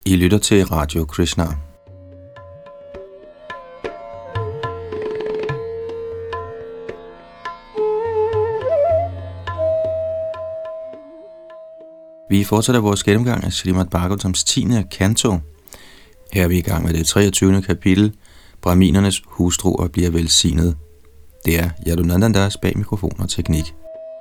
I lytter til Radio Krishna. Vi fortsætter vores gennemgang af Srimad Bhagavatams 10. kanto. Her er vi i gang med det 23. kapitel. Brahminernes hustruer bliver velsignet. Det er Yadunandandas bag mikrofon og teknik.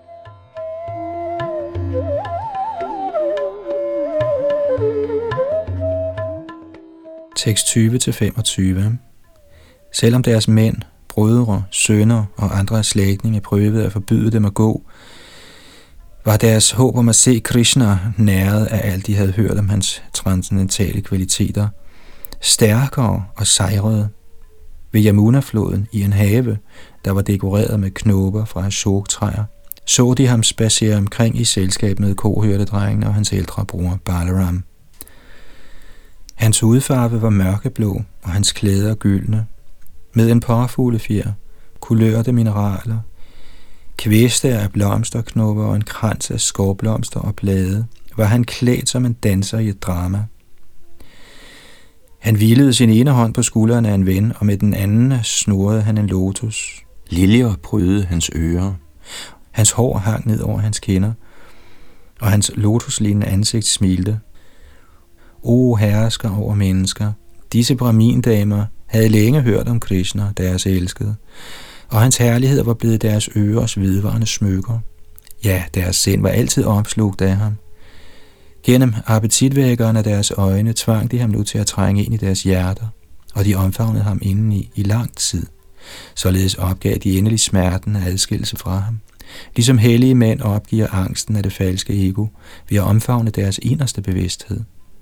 Tekst 20-25. Selvom deres mænd, brødre, sønner og andre slægtninge prøvede at forbyde dem at gå, var deres håb om at se Krishna næret af alt de havde hørt om hans transcendentale kvaliteter, stærkere og sejrede. Ved Yamuna-floden i en have, der var dekoreret med knopper fra ashoktræer, så de ham spacere omkring i selskab med kohyrdedrengen og hans ældre bror Balaram. Hans hudfarve var mørkeblå, og hans klæder gyldne, med en påfuglefjer, kulørte mineraler, kviste af blomsterknopper og en krans af skovblomster og blade, var han klædt som en danser i et drama. Han hvilede sin ene hånd på skulderen af en ven, og med den anden snurrede han en lotus. Liljer prydede hans ører. Hans hår hang ned over hans kinder, og hans lotuslignende ansigt smilte. O hersker over mennesker, disse brahmindamer havde længe hørt om Krishna, deres elskede, og hans herlighed var blevet deres ørers vedvarende smykker. Ja, deres sind var altid opslugt af ham. Gennem appetitvækkerne af deres øjne tvang de ham nu til at trænge ind i deres hjerter, og de omfavnede ham indeni i lang tid. Således opgav de endelig smerten af adskillelse fra ham, ligesom hellige mænd opgiver angsten af det falske ego ved at omfavne deres inderste bevidsthed.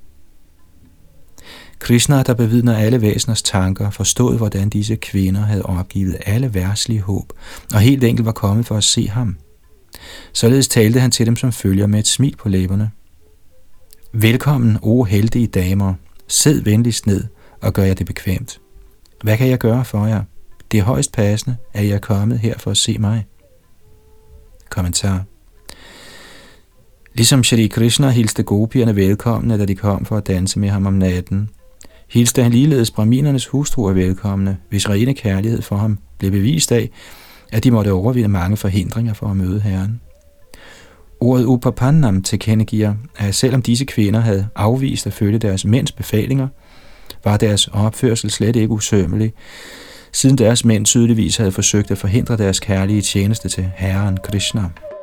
Krishna, der bevidner alle væseners tanker, forstod, hvordan disse kvinder havde opgivet alle verdslige håb, og helt enkelt var kommet for at se ham. Således talte han til dem som følger med et smil på læberne. Velkommen, o heldige damer. Sid venligst ned og gør jer det bekvemt. Hvad kan jeg gøre for jer? Det er højst passende, at I er kommet her for at se mig. Kommentar. Ligesom Shri Krishna hilste gopierne velkomne, da de kom for at danse med ham om natten, hilste han ligeledes brahminernes hustruer velkomne, hvis rene kærlighed for ham blev bevist af, at de måtte overvinde mange forhindringer for at møde Herren. Ordet upapannam tilkendegiver, at selvom disse kvinder havde afvist at følge deres mænds befalinger, var deres opførsel slet ikke usømmelig, siden deres mænd tydeligvis havde forsøgt at forhindre deres kærlige tjeneste til Herren Krishna.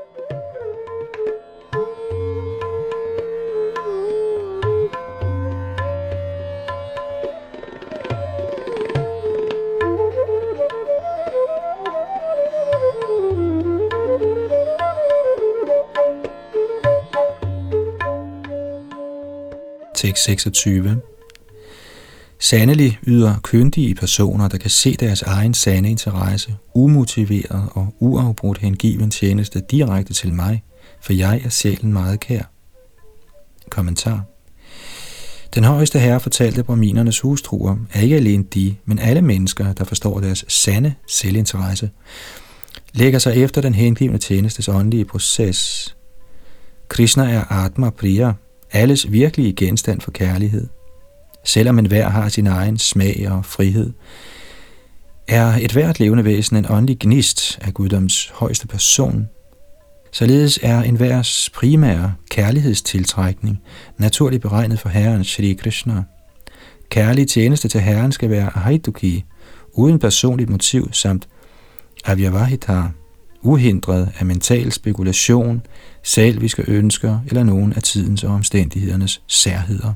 Tekst 26. Sandelig yder kyndige personer, der kan se deres egen sande interesse, umotiveret og uafbrudt hengiven tjeneste direkte til mig, for jeg er sjælen meget kær. Kommentar. Den højeste herre fortalte brahminernes hustruer, at ikke alene de, men alle mennesker, der forstår deres sande selvinteresse, lægger sig efter den hengivne tjenestes åndelige proces. Krishna er Atma Priya, alles virkelige genstand for kærlighed. Selvom enhver har sin egen smag og frihed, er et hvert levende væsen en åndelig gnist af guddoms højeste person. Således er enhvers primære kærlighedstiltrækning naturligt beregnet for Herren Shri Krishna. Kærlig tjeneste til Herren skal være ahaituki, uden personligt motiv, samt avyavahita, uhindret af mental spekulation, selviske ønsker eller nogen af tidens og omstændighedernes særheder.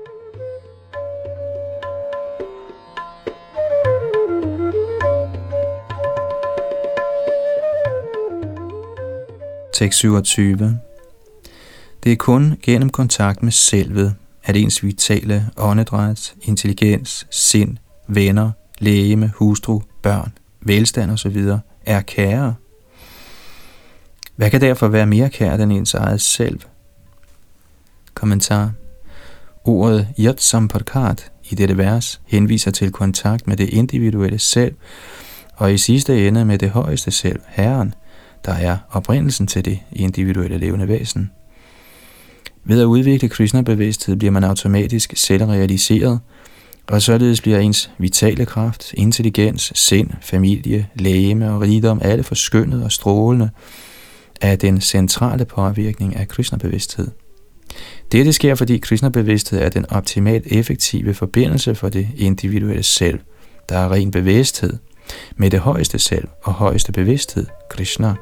Tekst 27. Det er kun gennem kontakt med selvet, at ens vitale åndedræt, intelligens, sind, venner, legeme, hustru, børn, velstand osv. er kære. Hvad kan derfor være mere kært end ens eget selv? Kommentar. Ordet yat samparkat i dette vers henviser til kontakt med det individuelle selv, og i sidste ende med det højeste selv, Herren, der er oprindelsen til det individuelle levende væsen. Ved at udvikle Krishna-bevidsthed bliver man automatisk selvrealiseret, og således bliver ens vitale kraft, intelligens, sind, familie, legeme og rigdom alle forskønnet og strålende af den centrale påvirkning af Krishna-bevidsthed. Dette sker, fordi Krishna-bevidsthed er den optimalt effektive forbindelse for det individuelle selv, der er ren bevidsthed, med det højeste selv og højeste bevidsthed, Krishna.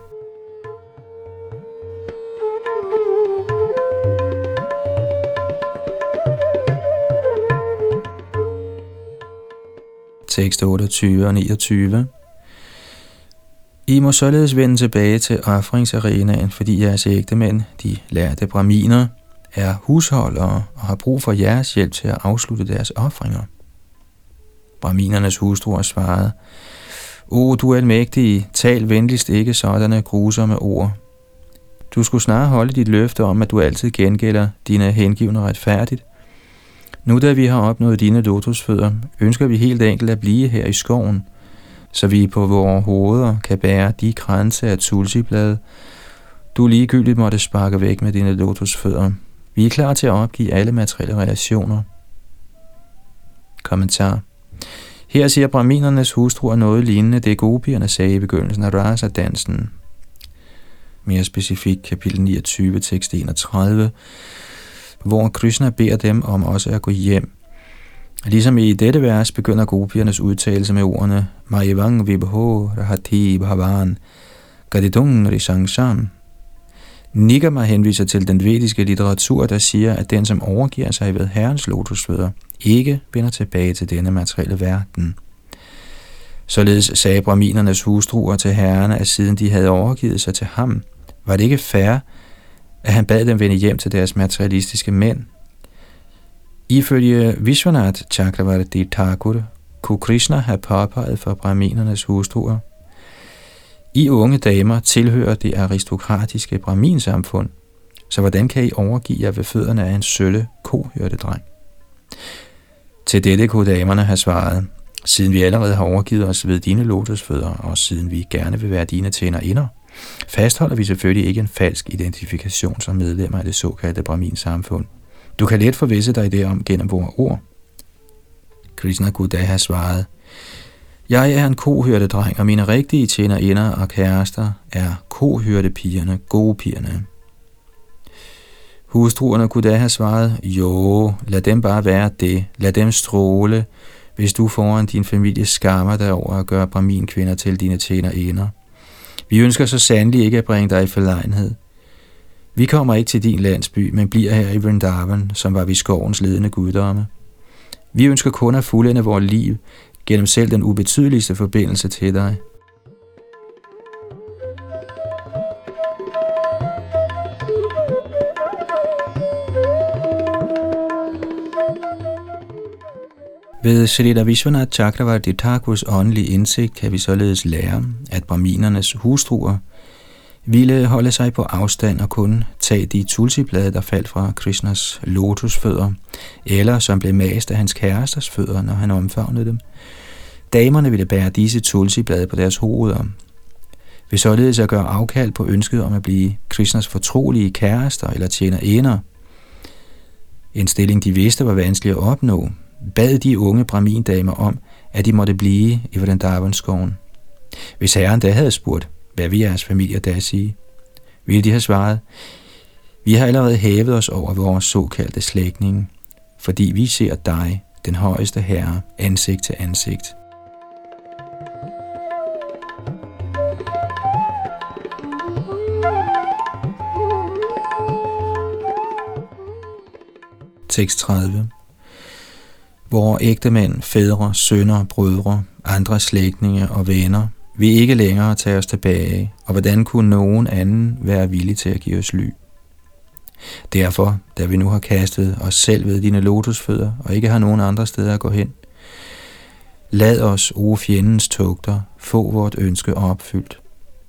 Tekst 28 og 29. I må således vende tilbage til ofringsarenaen, fordi jeres ægtemænd, de lærte brahminer, er husholdere og har brug for jeres hjælp til at afslutte deres ofringer. Brahminernes hustruer svarede: O du almægtige, tal venligst ikke sådanne grusomme ord. Du skulle snarere holde dit løfte om, at du altid gengælder dine hengivne retfærdigt. Nu da vi har opnået dine lotusfødder, ønsker vi helt enkelt at blive her i skoven, så vi på vores hoveder kan bære de kranse af tulsiblade, du ligegyldigt måtte sparke væk med dine lotusfødder. Vi er klar til at opgive alle materielle relationer. Kommentar. Her siger brahminernes hustruer noget lignende det gopierne sagde i begyndelsen af rasa-dansen. Mere specifikt kapitel 29, tekst 31, hvor Krishna beder dem om også at gå hjem. Ligesom i dette vers begynder gopiernes udtalelse med ordene Mayevang vibho rahati bhavan gadidung risangsham. Nigama henviser til den vediske litteratur, der siger, at den, som overgiver sig ved Herrens lotusfødder, ikke vender tilbage til denne materielle verden. Således sagde brahminernes hustruer til herrerne, at siden de havde overgivet sig til ham, var det ikke fair, at han bad dem vende hjem til deres materialistiske mænd. Ifølge Vishwanath Chakravarti Thakur kunne Krishna have påpeget for brahminernes hustruer: I unge damer tilhører det aristokratiske brahminsamfund, så hvordan kan I overgive jer ved fødderne af en sølle kohyrtedreng? Til dette kunne damerne have svaret: Siden vi allerede har overgivet os ved dine lotusfødder, og siden vi gerne vil være dine tjenerinder, fastholder vi selvfølgelig ikke en falsk identifikation som medlemmer af det såkaldte brahminsamfund. Du kan let forvisse dig derom gennem vores ord. Krishna kunne da have svaret: Jeg er en kohyrtedreng, og mine rigtige tjenerinder og kærester er kohyrtepigerne, gopiernes. Hustruerne kunne da have svaret: Jo, lad dem bare være det, lad dem stråle, hvis du foran din familie skammer dig over at gøre brahmin-kvinder til dine tjenerinder. Vi ønsker så sandelig ikke at bringe dig i forlegenhed. Vi kommer ikke til din landsby, men bliver her i Vrindavan, som var vi skovens ledende guddomme. Vi ønsker kun at fuldende vores liv gennem selv den ubetydeligste forbindelse til dig. Ved Shrita Vishwanath Chakravarti Thakurs åndelige indsigt kan vi således lære, at brahminernes hustruer ville holde sig på afstand og kun tage de tulsiblade, der faldt fra Krishnas lotusfødder, eller som blev mast af hans kæresters fødder, når han omfavnede dem. Damerne ville bære disse tulsiblade på deres hoveder. Ved således at gøre afkald på ønsket om at blive Krishnas fortrolige kærester eller tjenerinder, en stilling de vidste var vanskelig at opnå, bad de unge brahmindamer om, at de måtte blive i Vrindavan-skoven. Hvis herren da havde spurgt, hvad vil jeres familie da sige, ville de have svaret: Vi har allerede hævet os over vores såkaldte slægtninge, fordi vi ser dig, den højeste herre, ansigt til ansigt. Tekst 30. Hvor ægtemænd, fædre, sønner, brødre, andre slægtninge og venner vil ikke længere tage os tilbage, og hvordan kunne nogen anden være villig til at give os ly? Derfor, da vi nu har kastet os selv ved dine lotusfødder, og ikke har nogen andre steder at gå hen, lad os, o fjendens tugter, få vort ønske opfyldt.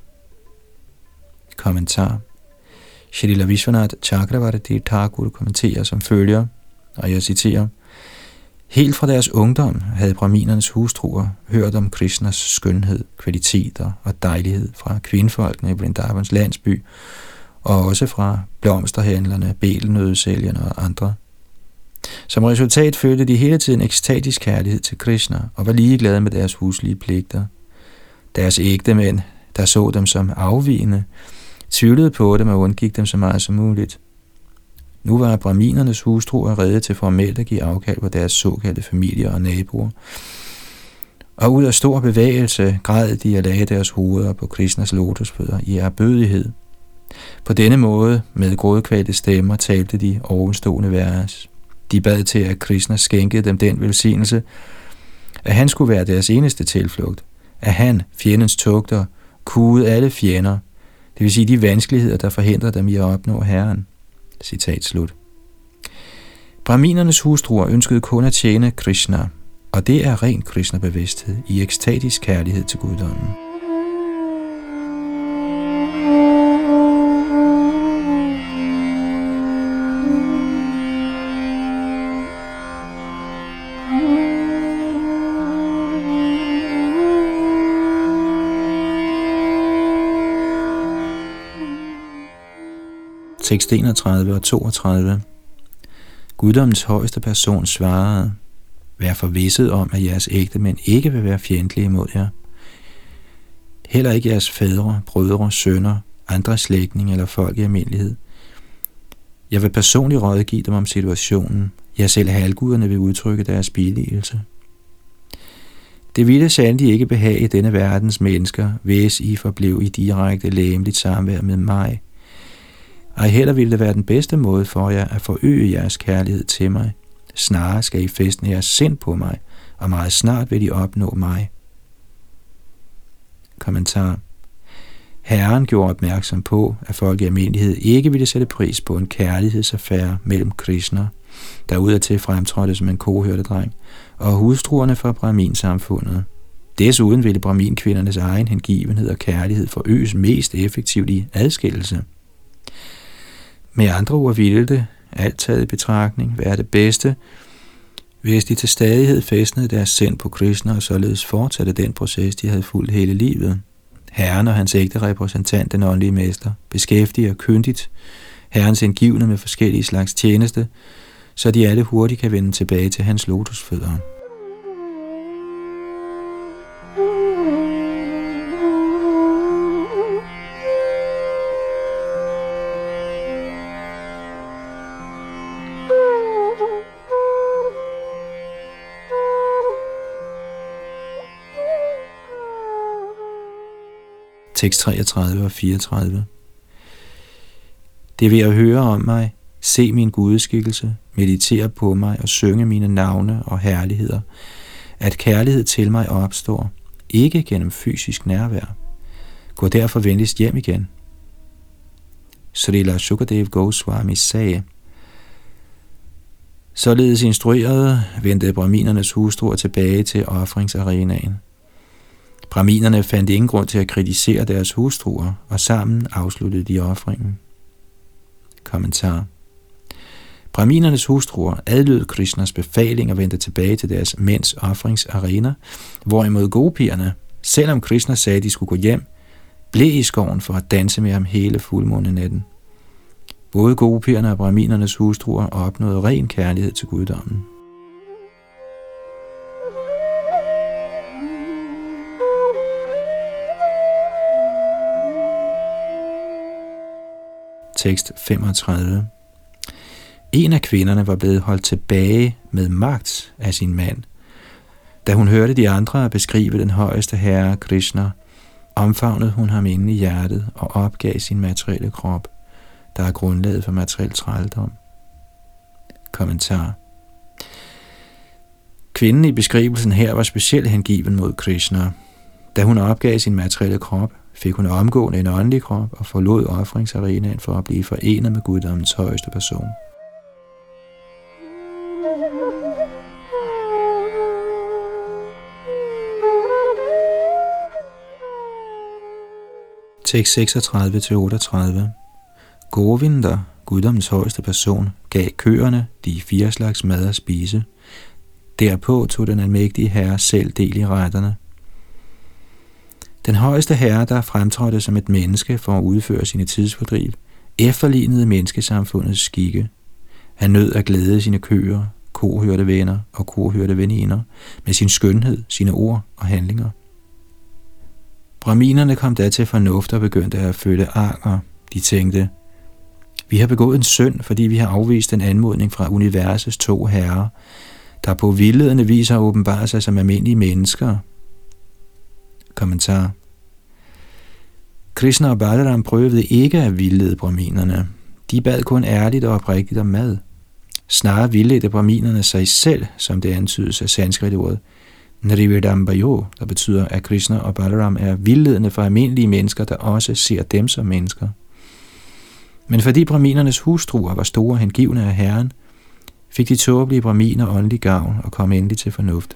Kommentar. Shrila Vishwanath Chakravarti Thakur kommenterer som følger, og jeg citerer: Helt fra deres ungdom havde brahminernes hustruer hørt om Krishnas skønhed, kvaliteter og dejlighed fra kvindfolkene i Vrindavans landsby, og også fra blomsterhandlerne, betelnødesælgerne og andre. Som resultat følte de hele tiden ekstatisk kærlighed til Krishna og var ligeglade med deres huslige pligter. Deres ægtemænd, der så dem som afvigende, tvivlede på dem og undgik dem så meget som muligt. Nu var brahminernes hustruer rede til formelt at give afkald på deres såkaldte familier og naboer, og ud af stor bevægelse græd de at lagde deres hoveder på Krishnas lotusfødder i ærbødighed. På denne måde, med grådkvalte stemmer, talte de ovenstående vers. De bad til, at Krishna skænkede dem den velsignelse, at han skulle være deres eneste tilflugt, at han, fjendens tugter, kugede alle fjender, det vil sige de vanskeligheder, der forhindrer dem i at opnå Herren. Citat slut. Brahminernes hustruer ønskede kun at tjene Krishna, og det er ren Krishna-bevidsthed i ekstatisk kærlighed til guddommen. Tekst 31 og 32. Guddommens højeste person svarede: Vær forvisset om, at jeres ægtemænd ikke vil være fjendtlige mod jer. Heller ikke jeres fædre, brødre, sønner, andre slægtninge eller folk i almindelighed. Jeg vil personligt rådgive dem om situationen. Ja, selv halvguderne vil udtrykke deres billigelse. Det ville sandelig ikke behage denne verdens mennesker, hvis I forblev i direkte legemligt samvær med mig. Ej heller ville det være den bedste måde for jer at forøge jeres kærlighed til mig. Snarere skal I fæstne jeres sind på mig, og meget snart vil I opnå mig. Kommentar. Herren gjorde opmærksom på, at folk i almindelighed ikke ville sætte pris på en kærlighedsaffære mellem Krishna, der udadtil fremtrådte som en kohørtedreng, og hustruerne fra Brahmin-samfundet. Desuden ville Brahmin-kvindernes egen hengivenhed og kærlighed forøges mest effektivt i adskillelse. Med andre ord ville det, alt taget i betragtning, være det bedste, hvis de til stadighed fæstnede deres sind på Krishna og således fortsatte den proces, de havde fulgt hele livet. Herren og hans ægte repræsentant, den åndelige mester, beskæftiger kyndigt Herrens indgivne med forskellige slags tjeneste, så de alle hurtigt kan vende tilbage til hans lotusfødder. Tekst 33 og 34. Det vil at høre om mig, se min gudeskikkelse, meditere på mig og synge mine navne og herligheder, at kærlighed til mig opstår, ikke gennem fysisk nærvær. Gå derfor venligst hjem igen. Srila Shukadev Goswami sagde: Således instruerede vendte brahminernes hustruer tilbage til ofringsarenaen. Brahminerne fandt ingen grund til at kritisere deres hustruer, og sammen afsluttede de ofringen. Kommentar. Brahminernes hustruer adlød Krishnas befaling og vendte tilbage til deres mænds ofringsarena, hvorimod gopierne, selvom Krishna sagde, at de skulle gå hjem, blev i skoven for at danse med ham hele fuldmånenatten. Både gopierne og brahminernes hustruer opnåede ren kærlighed til guddommen. Tekst 35. En af kvinderne var blevet holdt tilbage med magt af sin mand. Da hun hørte de andre beskrive den højeste herre Krishna, omfavnede hun ham inde i hjertet og opgav sin materielle krop, der er grundlaget for materiel trældom. Kommentar. Kvinden i beskrivelsen her var specielt hengiven mod Krishna. Da hun opgav sin materielle krop, fik hun omgående en åndelig krop og forlod ofringsarenaen for at blive forenet med guddommens højeste person. Tekst 36-38. Govinda, guddommens højeste person, gav køerne de 4 slags mad at spise. Derpå tog den almægtige herre selv del i retterne. Den højeste herre, der fremtrådte som et menneske for at udføre sine tidsfordriv, efterlignede menneskesamfundets skikke. Han nød at glæde sine køer, kohørte venner og kohørte veninder med sin skønhed, sine ord og handlinger. Brahminerne kom da til fornuft og begyndte at føle anger. De tænkte, vi har begået en synd, fordi vi har afvist en anmodning fra universets 2 herrer, der på vildledende vis har åbenbaret sig som almindelige mennesker. Kommentar. Krishna og Balaram prøvede ikke at vildlede brahminerne. De bad kun ærligt og oprigtigt om mad. Snarere vildledte brahminerne sig selv, som det antydes af sanskritordet Nrivedambayo, der betyder, at Krishna og Balaram er vildledende for almindelige mennesker, der også ser dem som mennesker. Men fordi brahminernes hustruer var store hengivne af Herren, fik de tåbelige brahminer åndelig gavn og kom endelig til fornuft.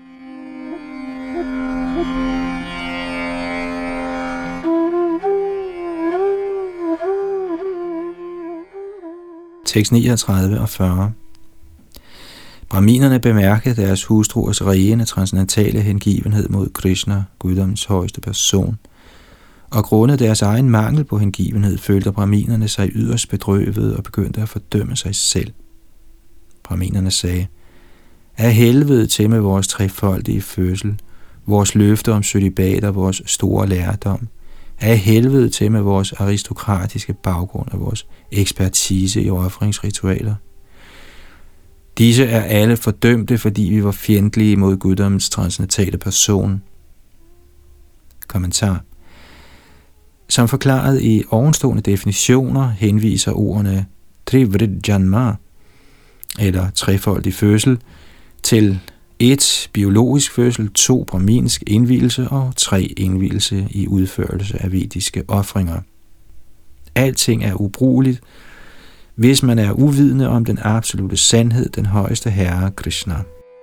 Tekst 39 og 40. Brahminerne bemærkede deres hustruers rene transcendentale hengivenhed mod Krishna, guddommens højeste person, og grundet deres egen mangel på hengivenhed følte brahminerne sig yderst bedrøvet og begyndte at fordømme sig selv. Brahminerne sagde, af helvede til med vores trefoldige fødsel, vores løfter om cølibat og vores store lærdom, af helvede til med vores aristokratiske baggrund og vores ekspertise i ofringsritualer. Disse er alle fordømte, fordi vi var fjendtlige mod guddommens transcendentale person. Kommentar. Som forklaret i ovenstående definitioner henviser ordene Trivrid Janma, eller trefoldig fødsel, til 1. biologisk fødsel, 2. brahminsk indvielse og 3. indvielse i udførelse af vediske ofringer. Alting er ubrugeligt, hvis man er uvidende om den absolute sandhed, den højeste herre Krishna.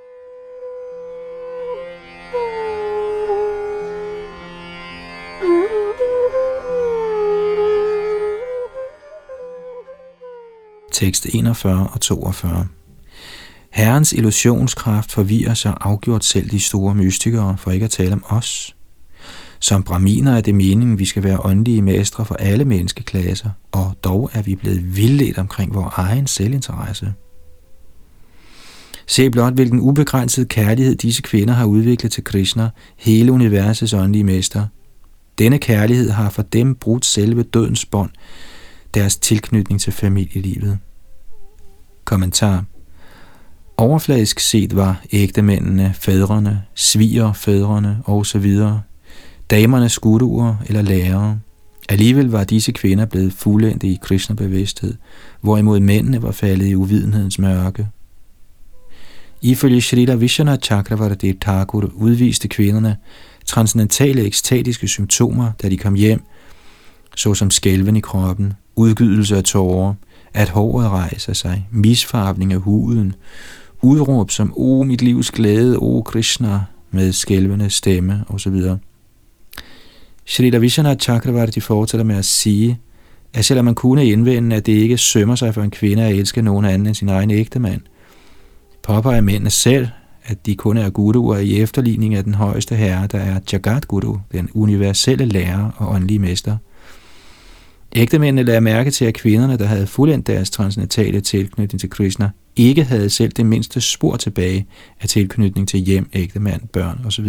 Tekst 41 og 42. Herrens illusionskraft forvirrer sig afgjort selv de store mystikere, for ikke at tale om os. Som brahminer er det meningen, vi skal være åndelige mestre for alle menneskeklasser, og dog er vi blevet vildledt omkring vores egen selvinteresse. Se blot, hvilken ubegrænset kærlighed disse kvinder har udviklet til Krishna, hele universets åndelige mester. Denne kærlighed har for dem brudt selve dødens bånd, deres tilknytning til familielivet. Kommentar. Overfladisk set var ægtemændene, fædrene, svigerfædrene osv., damernes guruer eller lærere. Alligevel var disse kvinder blevet fuldendte i Krishna-bevidsthed, hvorimod mændene var faldet i uvidenhedens mørke. Ifølge Shrila Vishwanath Chakravarti Thakur udviste kvinderne transcendentale ekstatiske symptomer, da de kom hjem, såsom skælven i kroppen, udgydelse af tårer, at håret rejser sig, misfarvning af huden, udråb som, o mit livs glæde, o Krishna, med skælvende stemme osv. Shrila Vishwanath Chakravarti fortsætter med at sige, at selvom man kunne indvende, at det ikke sømmer sig for en kvinde at elske nogen anden end sin egen ægtemand, påpeger mændene selv, at de kun er guruer i efterligning af den højeste herre, der er Jagat Guru, den universelle lærer og åndelige mester. Ægtemændene lagde mærke til, at kvinderne, der havde fuldendt deres transcendentale tilknytning til Krishna, ikke havde selv det mindste spor tilbage af tilknytning til hjem, ægtemand, børn osv.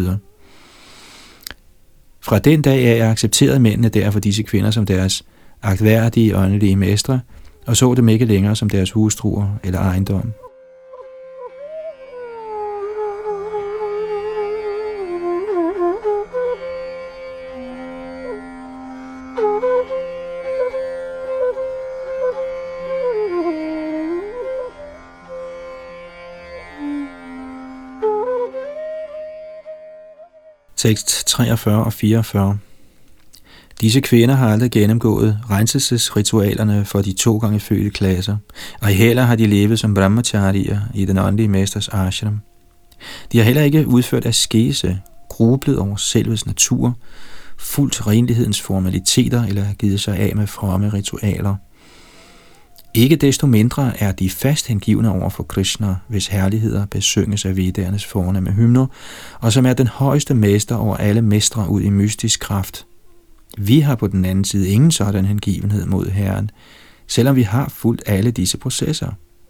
Fra den dag af accepterede mændene derfor disse kvinder som deres agtværdige åndelige mestre, og så dem ikke længere som deres hustruer eller ejendom. Tekst 43 og 44. Disse kvinder har aldrig gennemgået renselsesritualerne for de 2 gange fødte klasser, og heller har de levet som brahmacharier i den åndelige mesters ashram. De har heller ikke udført askese, grublet over selvets natur, fulgt renlighedens formaliteter eller givet sig af med fromme ritualer. Ikke desto mindre er de fast hengivne over for Krishna, hvis herligheder besynges af Vedernes fornemme hymner, og som er den højeste mester over alle mestre ud i mystisk kraft. Vi har på den anden side ingen sådan hengivenhed mod Herren, selvom vi har fulgt alle disse processer.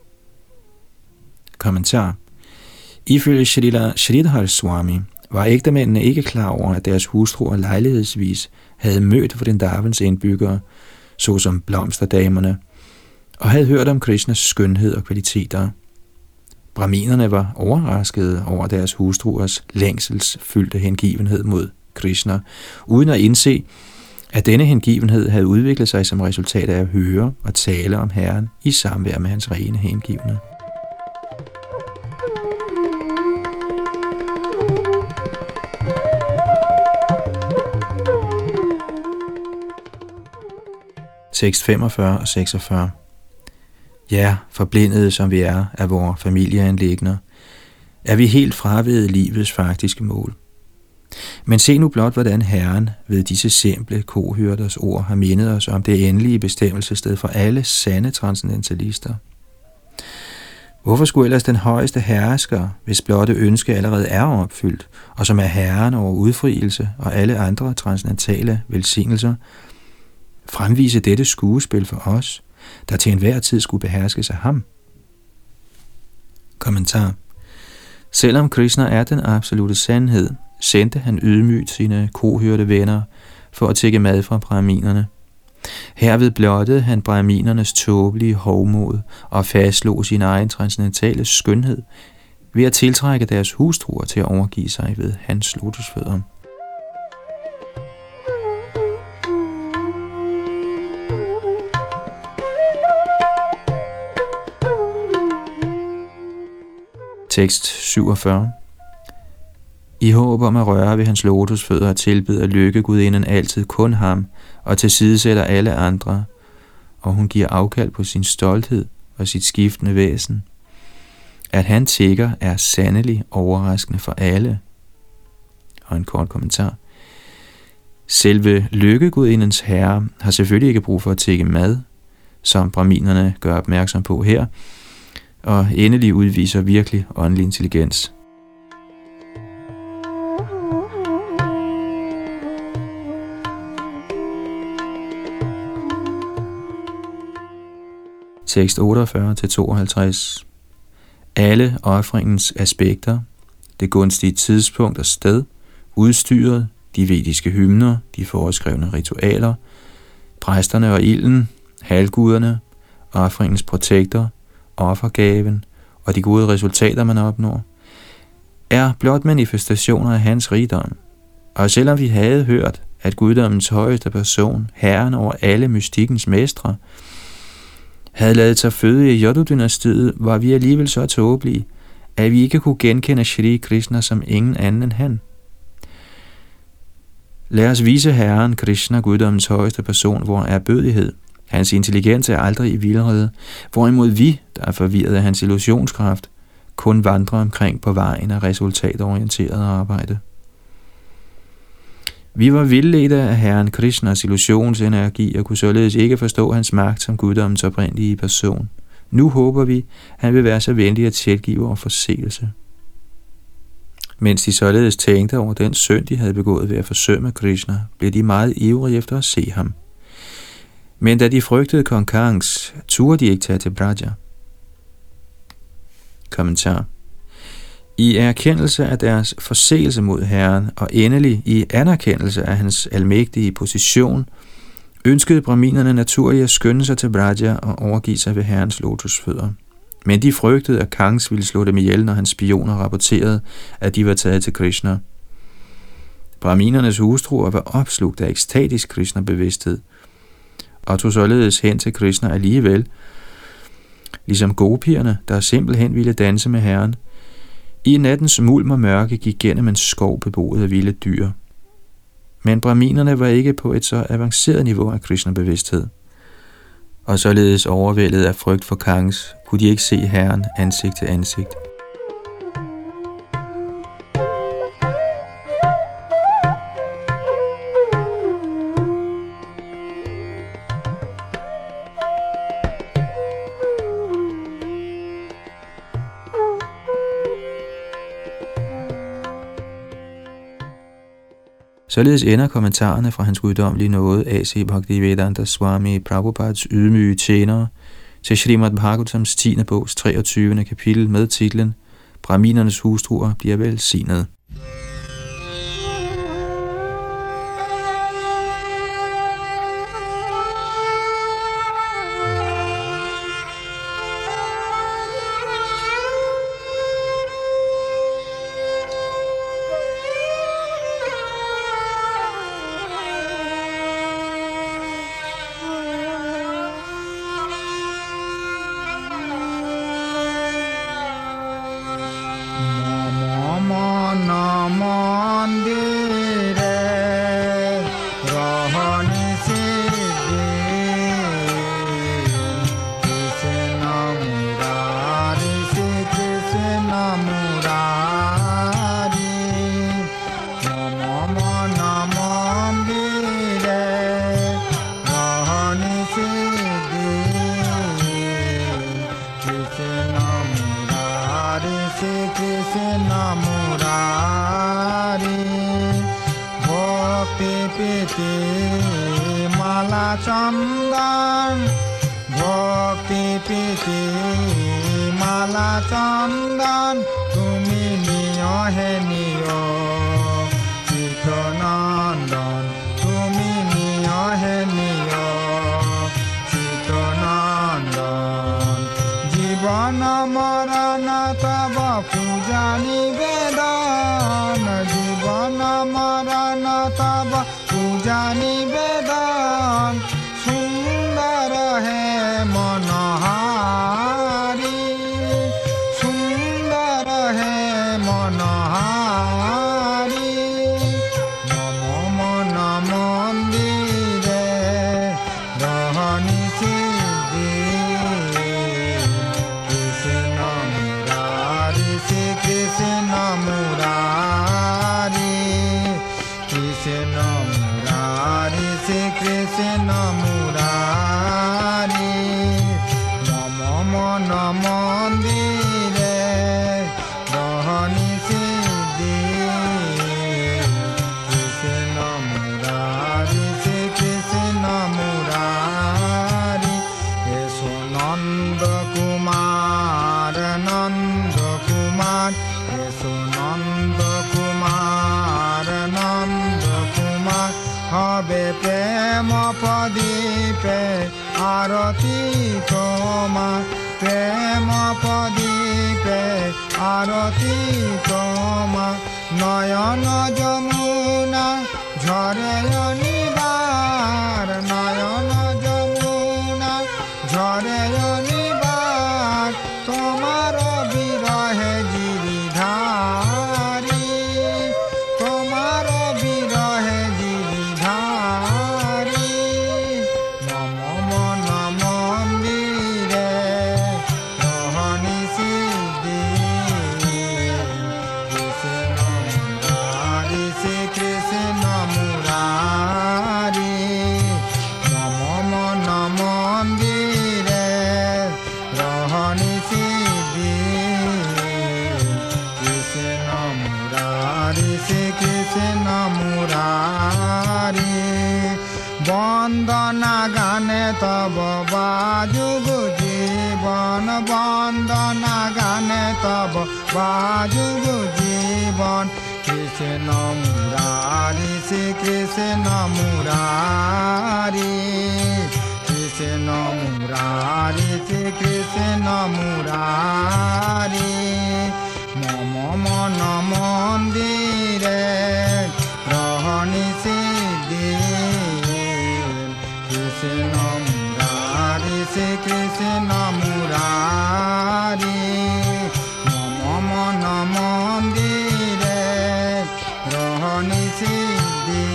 Kommentar. Ifølge Shrila Sridhar Swami var ægtemændene ikke klar over, at deres hustruer lejlighedsvis havde mødt Vrindavans indbyggere, såsom blomsterdamerne, og havde hørt om Krishnas skønhed og kvaliteter. Brahminerne var overraskede over deres hustruers længselsfyldte hengivenhed mod Krishna, uden at indse, at denne hengivenhed havde udviklet sig som resultat af at høre og tale om Herren i samvær med hans rene hengivne. Tekst 45 og 46. Ja, forblindede som vi er af vores familieanliggender, er vi helt fraveget livets faktiske mål. Men se nu blot, hvordan Herren ved disse simple kohyrders ord har mindet os om det endelige bestemmelsessted for alle sande transcendentalister. Hvorfor skulle ellers den højeste hersker, hvis blotte ønske allerede er opfyldt, og som er Herren over udfrielse og alle andre transcendentale velsignelser, fremvise dette skuespil for os, der til enhver tid skulle beherskes af ham? Kommentar. Selvom Krishna er den absolute sandhed, sendte han ydmygt sine kohørte venner for at tække mad fra brahminerne. Herved blottede han brahminernes tåbelige hovmod og fastslog sin egen transcendentale skønhed ved at tiltrække deres hustruer til at overgive sig ved hans lotusfødder. Tekst 47. I håb om at røre ved hans lotusfødder tilbeder lykkegudinden altid kun ham og tilsidesætter alle andre, og hun giver afkald på sin stolthed og sit skiftende væsen. At han tigger er sandelig overraskende for alle. Og en kort kommentar. Selve lykkegudindens herre har selvfølgelig ikke brug for at tigge mad, som brahminerne gør opmærksom på her, og endelig udviser virkelig åndelig intelligens. Tekst 48-52. Alle ofringens aspekter, det gunstige tidspunkt og sted, udstyret, de vediske hymner, de foreskrevne ritualer, præsterne og ilden, halvguderne, ofringens protekter, offergaven og de gode resultater, man opnår, er blot manifestationer af hans rigdom. Og selvom vi havde hørt, at guddommens højeste person, herren over alle mystikkens mestre, havde ladet sig føde i Yadu-dynastiet, var vi alligevel så tåbelige, at vi ikke kunne genkende Shri Krishna som ingen anden end han. Lad os vise Herren Krishna, guddommens højeste person, hvor ærbødighed. Hans intelligens er aldrig i vildrede, hvorimod vi, der er forvirret af hans illusionskraft, kun vandrer omkring på vejen af resultatorienteret arbejde. Vi var vildledte af Herren Krishnas illusionsenergi og kunne således ikke forstå hans magt som guddommens oprindelige person. Nu håber vi, han vil være så venlig at tilgive og forseelse. Mens de således tænkte over den synd, de havde begået ved at forsømme Krishna, blev de meget ivrige efter at se ham. Men da de frygtede konkurrence, turde de ikke tage til Braja. Kommentar. I erkendelse af deres forseelse mod Herren, og endelig i anerkendelse af hans almægtige position, ønskede brahminerne naturligt at skynde sig til Braja og overgive sig ved Herrens lotusfødder. Men de frygtede, at Kangs ville slå dem ihjel, når hans spioner rapporterede, at de var taget til Krishna. Brahminernes hustruer var opslugt af ekstatisk Krishna-bevidsthed, og tog således hen til Krishna alligevel, ligesom gopierne, der simpelthen ville danse med Herren. I nattens mulm og mørke gik gennem en skov beboet af vilde dyr. Men brahminerne var ikke på et så avanceret niveau af Krishna-bevidsthed, og således overvældet af frygt for Kangs, kunne de ikke se Herren ansigt til ansigt. Således ender kommentarerne fra hans guddommelige nåde A.C. Bhaktivedanta Swami Prabhupads ydmyge tjenere til Srimad Bhagavatams 10. bogs 23. kapitel med titlen Brahminernes hustruer bliver velsignet. চন্দন ভক্তি প্রীতি মালা চন্দন তুমি নিয় হে নিয় চিত্তনন্দন তুমি নিয় হে নিয় চিত্তনন্দন জীবন মরণ তব পূজা নিবেদন জীবন মরণ তব পূজা নিবেদন সুন্দর হে মনোহারি সুন্দর হে মনোহারি নম মন মন্দিরে রহনি সিদ্ধি কৃষ্ণ মুরারি শ্রী কৃষ্ণ মুরারি কৃষ্ণ মুরারি শ্রী কৃষ্ণ মুরারি নম মন মন্দিরে রহনি সিদ্ধি কৃষ্ণ মুরারি শ্রী কৃষ্ণ মুরারি এসো নন্দ কুমার নন্দ কুমার এসো নন্দ কুমার নন্দ কুমার হবে প্রেম প্রদীপে আরতি তোমার প্রেম প্রদীপে আরতি তোমার নয়ন যমুনা ঝরে অনিবার নয়ন যমুনা ঝরে অনিবার তোমার বিরহে গিরিধারী তোমার বিরহে গিরিধারী নম মন মন্দিরে রহনি সিদ্ধি কৃষ্ণ মুরারি শ্রী কৃষ্ণ মুরারি নম মন মন্দিরে রহনি সিদ্ধি কৃষ্ণ মুরারি শ্রী কৃষ্ণ মুরারি বন্দনা গানে তব বাজুগ জীবন বন্দনা গানে তব বাজুগ জীবন কৃষ্ণ মুরারি শ্রী কৃষ্ণ মুরারি কৃষ্ণ মুরারি শ্রী কৃষ্ণ মুরারি মম মন মন্দিরে রহনি সিদ্ধি কৃষ্ণ মুরারি শ্রী কৃষ্ণ মুরারি মম মন মন্দিরে রহনি সিদ্ধি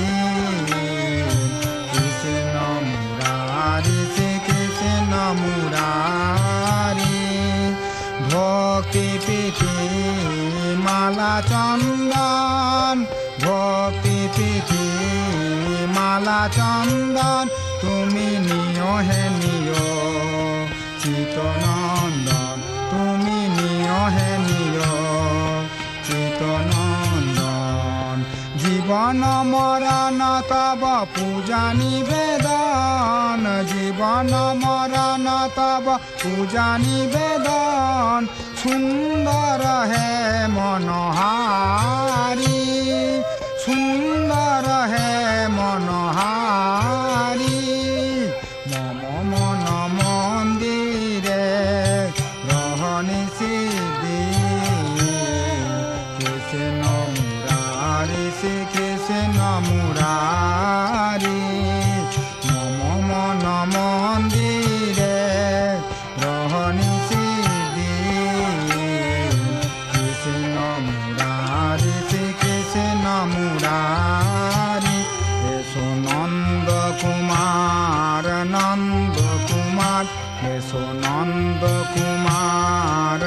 কৃষ্ণ মুরারি শ্রী কৃষ্ণ মুরারি ভক্তি প্রীতি মালা চন্দন ভক্তি প্রীতি মালা চন্দন তুমি নিয় হে নিয় চিত্তনন্দন তুমি নিয় হে নিয় চিত্তনন্দন জীব জীবন মরণ তব পূজা নিবেদন জীবন মরণ তব পূজা নিবেদন সুন্দর হে মনোহারি সুন্দর হে মনোহারি মম মন মন্দিরে রহনি সিদ্ধি কৃষ্ণ মুরারি শ্রী কৃষ্ণ মুরারি মম মন মন্দিরে রহনি সিদ্ধি কৃষ্ণ মুরারি শ্রী কৃষ্ণ মুরারি এসো নন্দ কুমার এসো নন্দ কুমার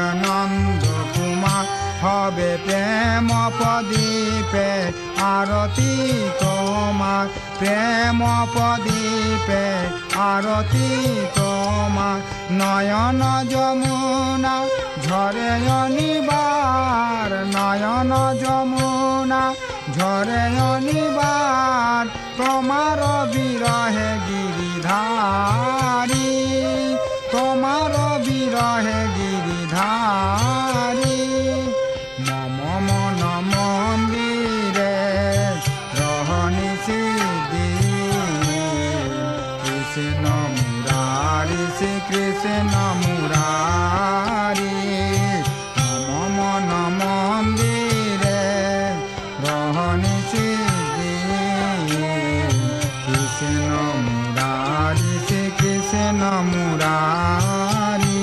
হবে প্রেম প্রদীপে আরতি তোমার প্রেম প্রদীপে আরতি তোমার নয়ন যমুনা ঝরে অনিবার নয়ন যমুনা ঝরে অনিবার তোমার বিরহে গিরিধারী তোমার বিরহে গিরিধারী মম মন মন্দিরে রহনি সিদ্ধি কৃষ্ণ মুরারি শ্রী কৃষ্ণ মুরারি মম মন মন্দিরে রহনি সিদ্ধি কৃষ্ণ মুরারি শ্রী কৃষ্ণ মুরারি.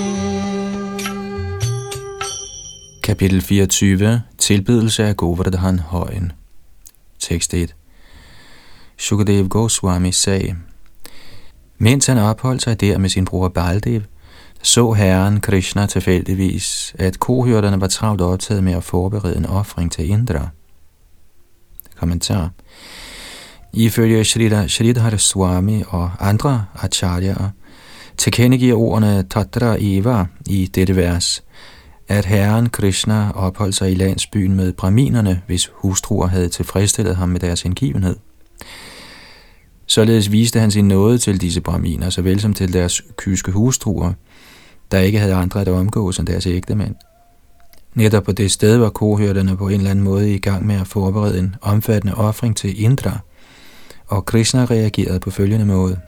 Kapitel 24. Tilbedelse af Govardhan højen. Tekst 1. Shukadev Goswami sagde: mens han opholdt sig der med sin bror Baldev, så herren Krishna tilfældigvis, at kohyrderne var travlt optaget med at forberede en ofring til Indra. Kommentar. Ifølge Sridhar Swami og andre acharyaer tilkendegiver ordene Tatra Eva i dette vers, at herren Krishna opholdt sig i landsbyen med brahminerne, hvis hustruer havde tilfredsstillet ham med deres hengivenhed. Således viste han sin nåde til disse brahminer, såvel som til deres kyske hustruer, der ikke havde andre at omgås end deres ægtemænd. Netop på det sted var kohyrderne på en eller anden måde i gang med at forberede en omfattende ofring til Indra, og Krishna reagerede på følgende måde.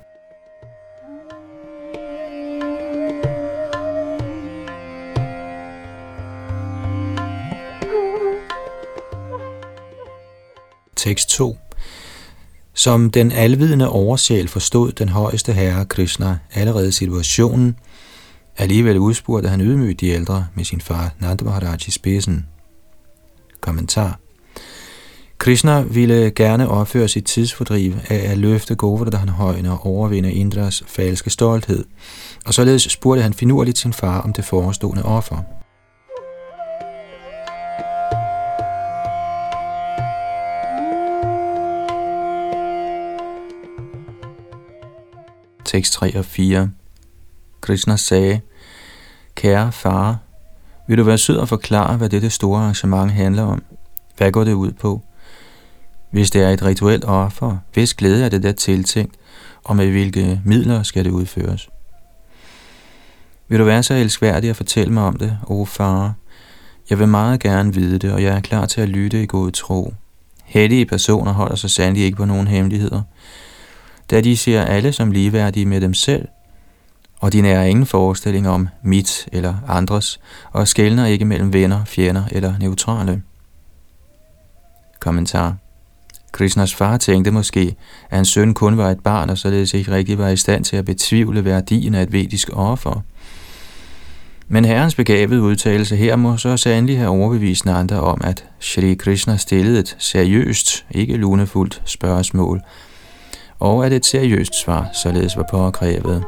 Tekst 2. Som den alvidende oversjæl forstod den højeste herre Krishna allerede situationen, alligevel udspurgte han ydmygt de ældre med sin far Nanda Maharaj i spidsen. Kommentar. Krishna ville gerne opføre sit tidsfordriv af at løfte Govardhan-højen og overvinde Indras falske stolthed, og således spurgte han finurligt sin far om det forestående offer. Tekst 3 og 4. Krishna sagde: kære far, vil du være sød og forklare, hvad dette store arrangement handler om? Hvad går det ud på? Hvis det er et rituelt offer, hvis glæde er det der tiltænkt, og med hvilke midler skal det udføres? Vil du være så elskværdig at fortælle mig om det, o far? Jeg vil meget gerne vide det, og jeg er klar til at lytte i god tro. Hellige personer holder sig sandelig ikke på nogen hemmeligheder, da de ser alle som ligeværdige med dem selv, og de nærer ingen forestilling om mit eller andres, og skelner ikke mellem venner, fjender eller neutrale. Kommentar. Krishnas far tænkte måske, at hans søn kun var et barn, og således ikke rigtig var i stand til at betvivle værdien af et vedisk offer. Men herrens begavede udtalelse her må så sandelig have overbevist Nanda om, at Shri Krishna stillede et seriøst, ikke lunefuldt spørgsmål, og at et seriøst svar således var påkrævet.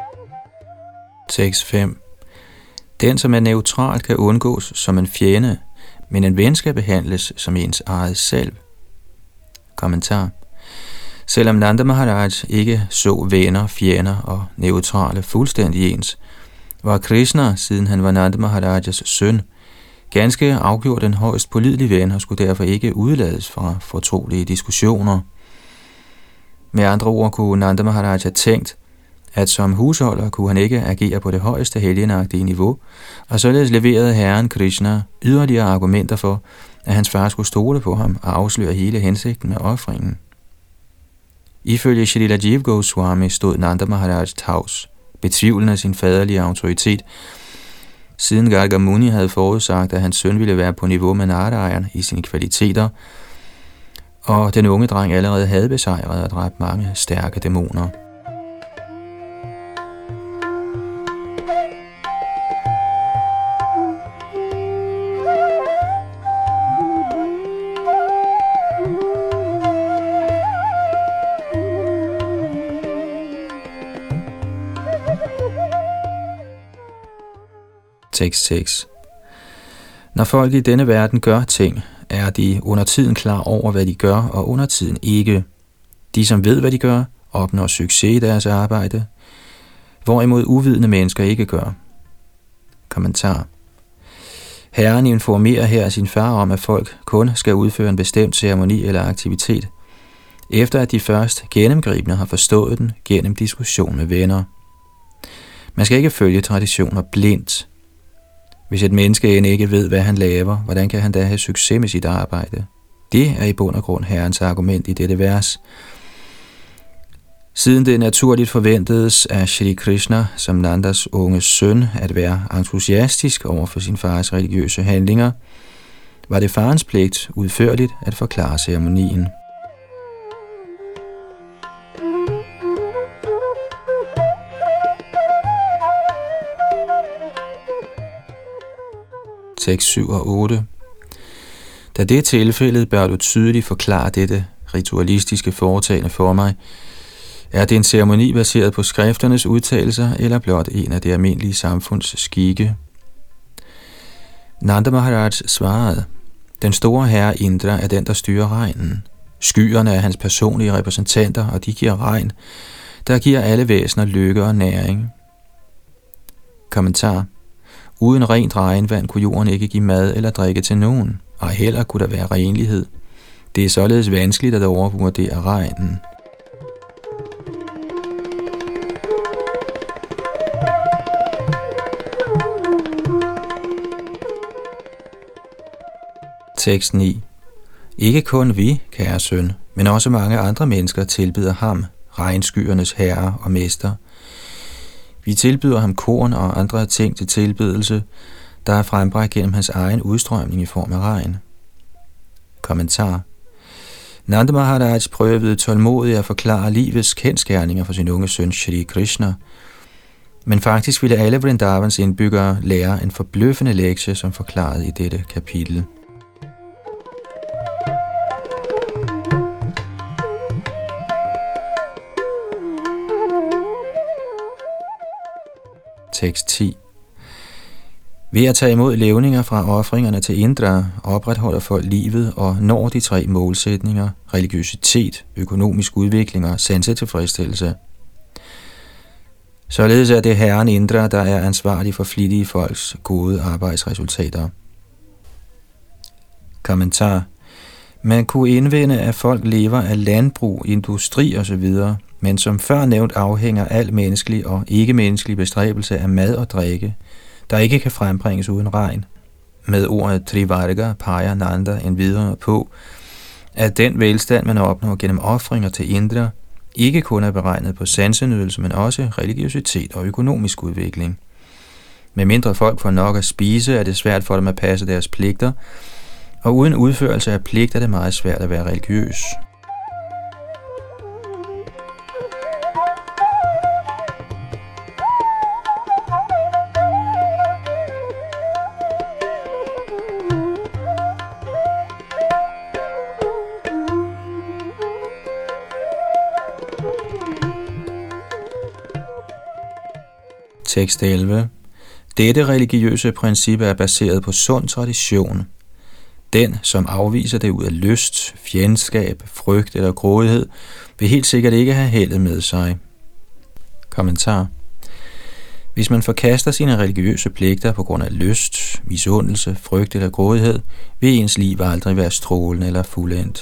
Tekst 5. Den, som er neutral, kan undgås som en fjende, men en ven skal behandles som ens eget selv. Kommentar. Selvom Nanda Maharaj ikke så venner, fjender og neutrale fuldstændig ens, var Krishna, siden han var Nanda Maharajas søn, ganske afgjort en højst pålidelig ven og skulle derfor ikke udelades fra fortrolige diskussioner. Med andre ord kunne Nanda Maharaj have tænkt, at som husholder kunne han ikke agere på det højeste helgenagtige niveau, og således leverede Herren Krishna yderligere argumenter for, at hans far skulle stole på ham og afsløre hele hensigten med ofringen. Ifølge Shrila Jiva Goswami stod Nanda Maharaj tavs, betvivlende sin faderlige autoritet, siden Garga Muni havde forudsagt, at hans søn ville være på niveau med Narayan i sine kvaliteter, og den unge dreng allerede havde besejret og dræbt mange stærke dæmoner. Tekst 6. Når folk i denne verden gør ting, er de under tiden klar over, hvad de gør, og under tiden ikke. De, som ved, hvad de gør, opnår succes i deres arbejde, hvorimod uvidende mennesker ikke gør. Kommentar. Herren informerer her sin far om, at folk kun skal udføre en bestemt ceremoni eller aktivitet, efter at de først gennemgribende har forstået den gennem diskussion med venner. Man skal ikke følge traditioner blindt. Hvis et menneske end ikke ved, hvad han laver, hvordan kan han da have succes med sit arbejde? Det er i bund og grund Herrens argument i dette vers. Siden det naturligt forventedes af Shri Krishna som Nandas unge søn at være entusiastisk over for sin fars religiøse handlinger, var det farens pligt udførligt at forklare ceremonien. Tekst 7 og 8. Da det er tilfældet, bør du tydeligt forklare dette ritualistiske foretagende for mig. Er det en ceremoni baseret på skrifternes udtalelser, eller blot en af det almindelige samfunds skikke? Nanda Maharaj svarede, den store herre Indra er den, der styrer regnen. Skyerne er hans personlige repræsentanter, og de giver regn, der giver alle væsener lykke og næring. Kommentar. Uden rent regnvand kunne jorden ikke give mad eller drikke til nogen, og heller kunne der være renlighed. Det er således vanskeligt at overvurdere regnen. Tekst 9. Ikke kun vi, kære søn, men også mange andre mennesker tilbyder ham, regnskyernes herre og mester. Vi tilbyder ham korn og andre ting til tilbedelse, der er frembragt gennem hans egen udstrømning i form af regn. Kommentar. Nanda Maharaj prøvede tålmodigt at forklare livets kendsgerninger for sin unge søn Shri Krishna, men faktisk ville alle Vrindavans indbyggere lære en forbløffende lektie, som forklaret i dette kapitel. Tekst 10. Ved at tage imod levninger fra ofringerne til Indra, opretholder folk livet og når de 3 målsætninger: religiøsitet, økonomisk udvikling og sansetilfredsstillelse. Således er det herren Indra, der er ansvarlig for flittige folks gode arbejdsresultater. Kommentar. Man kunne indvende, at folk lever af landbrug, industri osv., men som før nævnt afhænger al menneskelig og ikke-menneskelig bestræbelse af mad og drikke, der ikke kan frembringes uden regn. Med ordet Trivarga peger Nanda endvidere på, at den velstand, man opnår gennem ofringer til Indra, ikke kun er beregnet på sansenydelse, men også religiøsitet og økonomisk udvikling. Med mindre folk får nok at spise, er det svært for dem at passe deres pligter, og uden udførelse af pligt er det meget svært at være religiøs. Tekst 11. Dette religiøse princip er baseret på sund tradition. Den, som afviser det ud af lyst, fjendskab, frygt eller grådighed, vil helt sikkert ikke have heldet med sig. Kommentar. Hvis man forkaster sine religiøse pligter på grund af lyst, misundelse, frygt eller grådighed, vil ens liv aldrig være strålende eller fuldendt.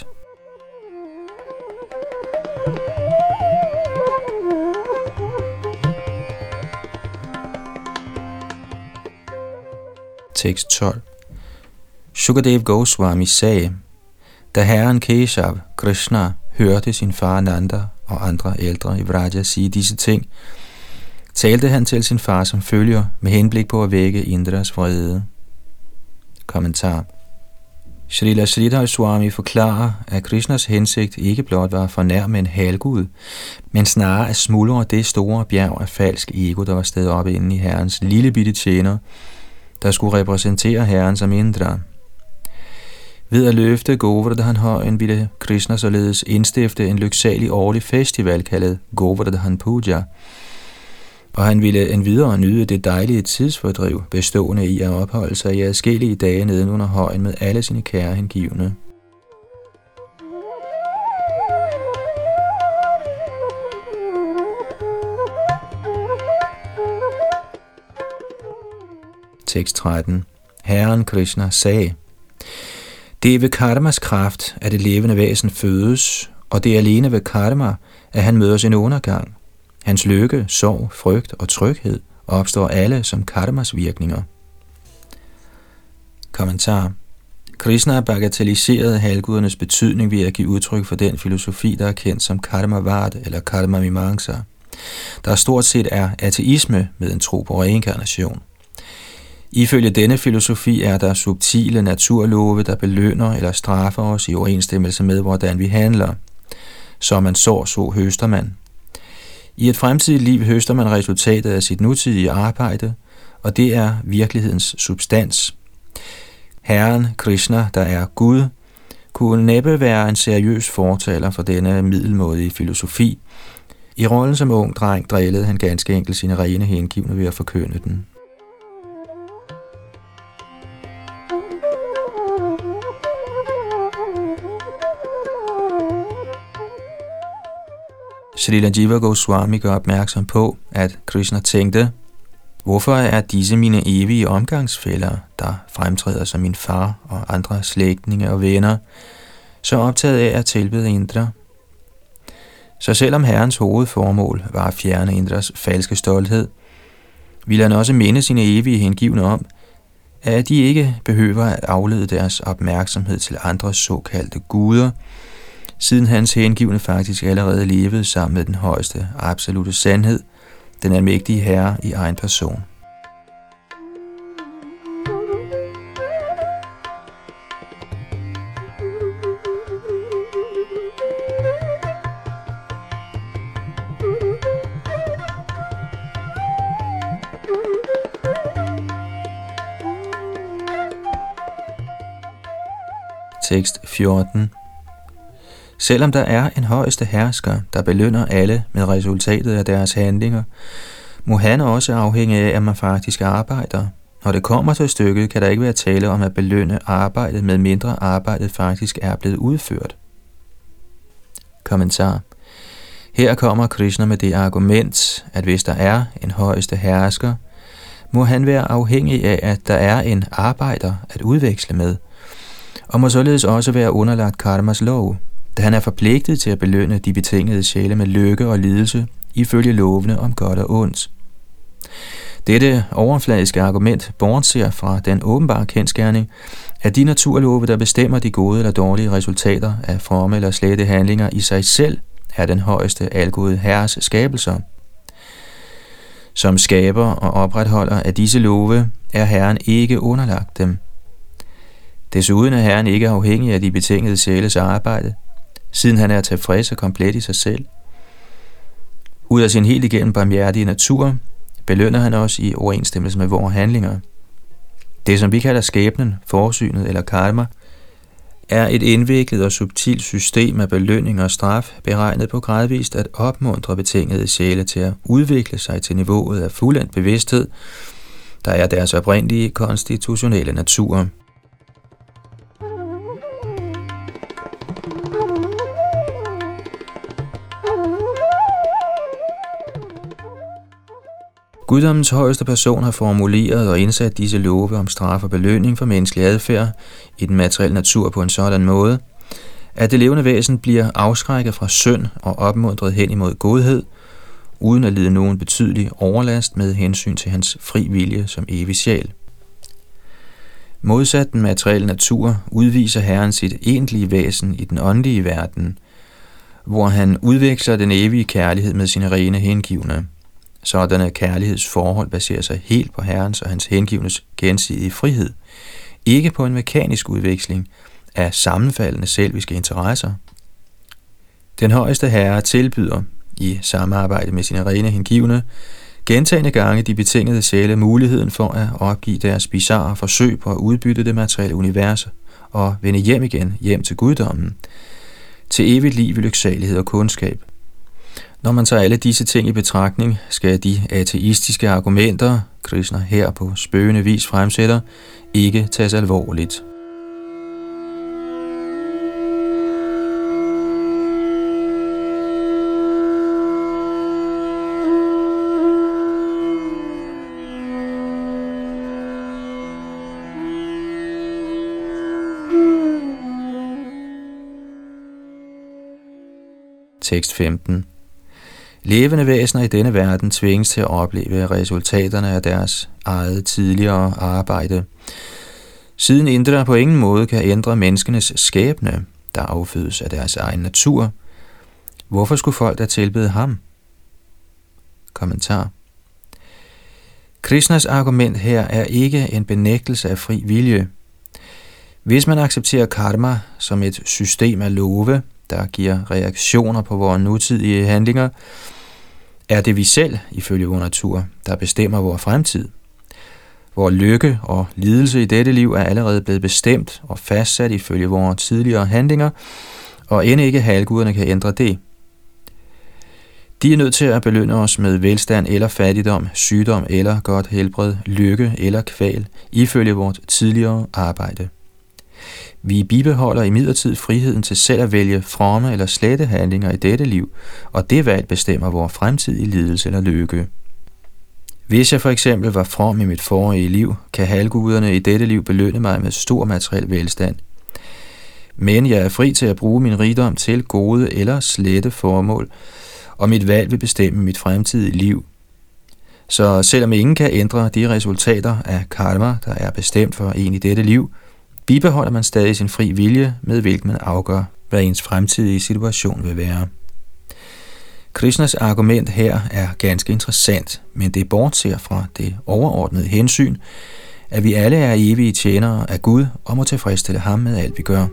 Tekst 12. Shukadev Goswami sagde, da herren Keshav, Krishna, hørte sin far Nanda og andre ældre i Vraja sige disse ting, talte han til sin far som følger med henblik på at vække Indras vrede. Kommentar. Srila Sridhar Swami forklarer, at Krishnas hensigt ikke blot var at fornærme en halvgud, men snarere at smuldre det store bjerg af falsk ego, der var stedet oppe inde i herrens lille bitte tjener, der skulle repræsentere herren som Indra. Ved at løfte Govardhan-højen ville Krishna således indstifte en lyksalig årlig festival kaldet Govardhan Puja, og han ville endvidere nyde det dejlige tidsfordriv, bestående i at opholde sig i adskillige dage nedenunder højen med alle sine kære hengivne. Tekst 13. Herren Krishna sagde, det er ved karmas kraft, at det levende væsen fødes, og det er alene ved karma, at han møder sin undergang. Hans lykke, sorg, frygt og tryghed opstår alle som karmas virkninger. Kommentar. Krishna bagatelliserede halvgudernes betydning ved at give udtryk for den filosofi, der er kendt som karmavad eller karmamimamsa, der stort set er ateisme med en tro på reinkarnation. Ifølge denne filosofi er der subtile naturlove, der belønner eller straffer os i overensstemmelse med, hvordan vi handler. Som man sår, så høster man. I et fremtidigt liv høster man resultatet af sit nutidige arbejde, og det er virkelighedens substans. Herren Krishna, der er Gud, kunne næppe være en seriøs fortaler for denne middelmådige filosofi. I rollen som ung dreng drillede han ganske enkelt sine rene hengivne ved at forkynde den. Srila Jiva Goswami gør opmærksom på, at Krishna tænkte, hvorfor er disse mine evige omgangsfæller, der fremtræder som min far og andre slægtninge og venner, så optaget af at tilbede Indra? Så selvom herrens hovedformål var at fjerne Indras falske stolthed, ville han også minde sine evige hengivne om, at de ikke behøver at aflede deres opmærksomhed til andres såkaldte guder, siden hans hengivne faktisk allerede levede sammen med den højeste absolute sandhed, den almægtige herre i egen person. Tekst 14. Selvom der er en højeste hersker, der belønner alle med resultatet af deres handlinger, må han også afhænge af, at man faktisk arbejder. Når det kommer til stykket, kan der ikke være tale om at belønne arbejdet, med mindre arbejdet faktisk er blevet udført. Kommentar. Her kommer Krishna med det argument, at hvis der er en højeste hersker, må han være afhængig af, at der er en arbejder at udveksle med, og må således også være underlagt karmas lov, da han er forpligtet til at belønne de betingede sjæle med lykke og lidelse ifølge lovene om godt og ondt. Dette overfladiske argument bortser fra den åbenbare kendsgerning, at de naturlove, der bestemmer de gode eller dårlige resultater af fromme eller slette handlinger i sig selv, er den højeste algode herres skabelser. Som skaber og opretholder af disse love, er herren ikke underlagt dem. Desuden er herren ikke afhængig af de betingede sjæles arbejde, siden han er tilfreds og komplet i sig selv. Ud af sin helt igennem barmhjertige natur, belønner han os i overensstemmelse med vores handlinger. Det, som vi kalder skæbnen, forsynet eller karma, er et indviklet og subtilt system af belønning og straf, beregnet på gradvist at opmuntre betingede sjæle til at udvikle sig til niveauet af fuldendt bevidsthed, der er deres oprindelige konstitutionelle natur. Guddommens højeste person har formuleret og indsat disse love om straf og belønning for menneskelig adfærd i den materielle natur på en sådan måde, at det levende væsen bliver afskrækket fra synd og opmuntret hen imod godhed, uden at lide nogen betydelig overlast med hensyn til hans fri vilje som evig sjæl. Modsat den materielle natur udviser Herren sit egentlige væsen i den åndelige verden, hvor han udveksler den evige kærlighed med sine rene hengivne. Sådanne kærlighedsforhold baserer sig helt på Herrens og hans hengivnes gensidige frihed, ikke på en mekanisk udveksling af sammenfaldende selviske interesser. Den højeste Herre tilbyder, i samarbejde med sine rene hengivne, gentagne gange de betingede sjæle muligheden for at opgive deres bizarre forsøg på at udbytte det materielle univers og vende hjem igen, hjem til guddommen, til evigt liv, lyksalighed og kundskab. Når man tager alle disse ting i betragtning, skal de ateistiske argumenter, Krishna her på spøgende vis fremsætter, ikke tages alvorligt. Tekst 15. Levende væsener i denne verden tvinges til at opleve resultaterne af deres eget tidligere arbejde. Siden Indra på ingen måde kan ændre menneskenes skæbne, der affødes af deres egen natur, hvorfor skulle folk da tilbede ham? Kommentar. Krishnas argument her er ikke en benægtelse af fri vilje. Hvis man accepterer karma som et system af love, der giver reaktioner på vores nutidige handlinger, er det vi selv, ifølge vores natur, der bestemmer vores fremtid. Vores lykke og lidelse i dette liv er allerede blevet bestemt og fastsat ifølge vores tidligere handlinger, og end ikke halvguderne kan ændre det. De er nødt til at belønne os med velstand eller fattigdom, sygdom eller godt helbred, lykke eller kval, ifølge vores tidligere arbejde. Vi bibeholder imidlertid friheden til selv at vælge fromme eller slette handlinger i dette liv, og det valg bestemmer vores fremtidige lidelse eller lykke. Hvis jeg for eksempel var from i mit forrige liv, kan halvguderne i dette liv belønne mig med stor materiel velstand. Men jeg er fri til at bruge min rigdom til gode eller slette formål, og mit valg vil bestemme mit fremtidige liv. Så selvom ingen kan ændre de resultater af karma, der er bestemt for en i dette liv, bibeholder man stadig sin fri vilje, med hvilken man afgør, hvad ens fremtidige situation vil være. Krishnas argument her er ganske interessant, men det bortser fra det overordnede hensyn, at vi alle er evige tjenere af Gud og må tilfredsstille ham med alt vi gør.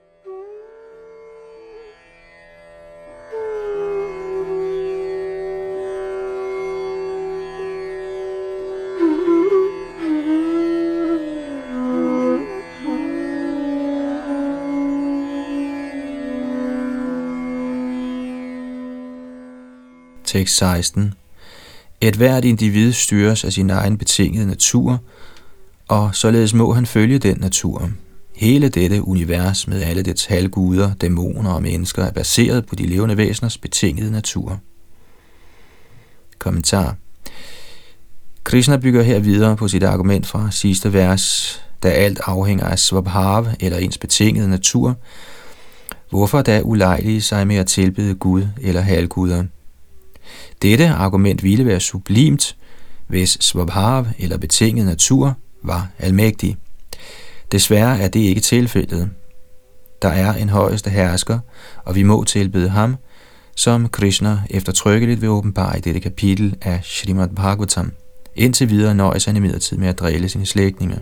Tekst 16. Et hvert individ styres af sin egen betingede natur, og således må han følge den natur. Hele dette univers med alle dets halvguder, dæmoner og mennesker er baseret på de levende væseners betingede natur. Kommentar. Krishna bygger her videre på sit argument fra sidste vers, da alt afhænger af svabhav eller ens betingede natur. Hvorfor da ulejlige sig med at tilbede Gud eller halvguder? Dette argument ville være sublimt, hvis svabhav eller betinget natur var almægtig. Desværre er det ikke tilfældet. Der er en højeste hersker, og vi må tilbede ham, som Krishna eftertrykkeligt vil åbenbare i dette kapitel af Srimad Bhagavatam. Indtil videre nøjes han imidlertid med at drille sine slægtninge.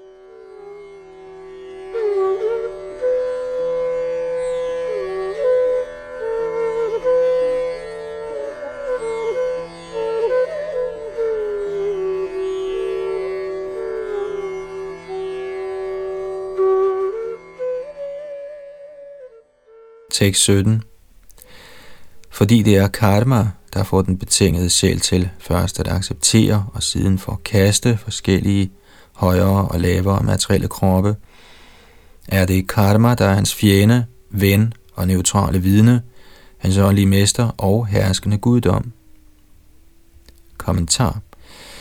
Tekst 17. Fordi det er karma, der får den betingede sjæl til først at acceptere og siden forkaste forskellige højere og lavere materielle kroppe, er det karma, der er hans fjende, ven og neutrale vidne, hans åndelige mester og herskende guddom. Kommentar.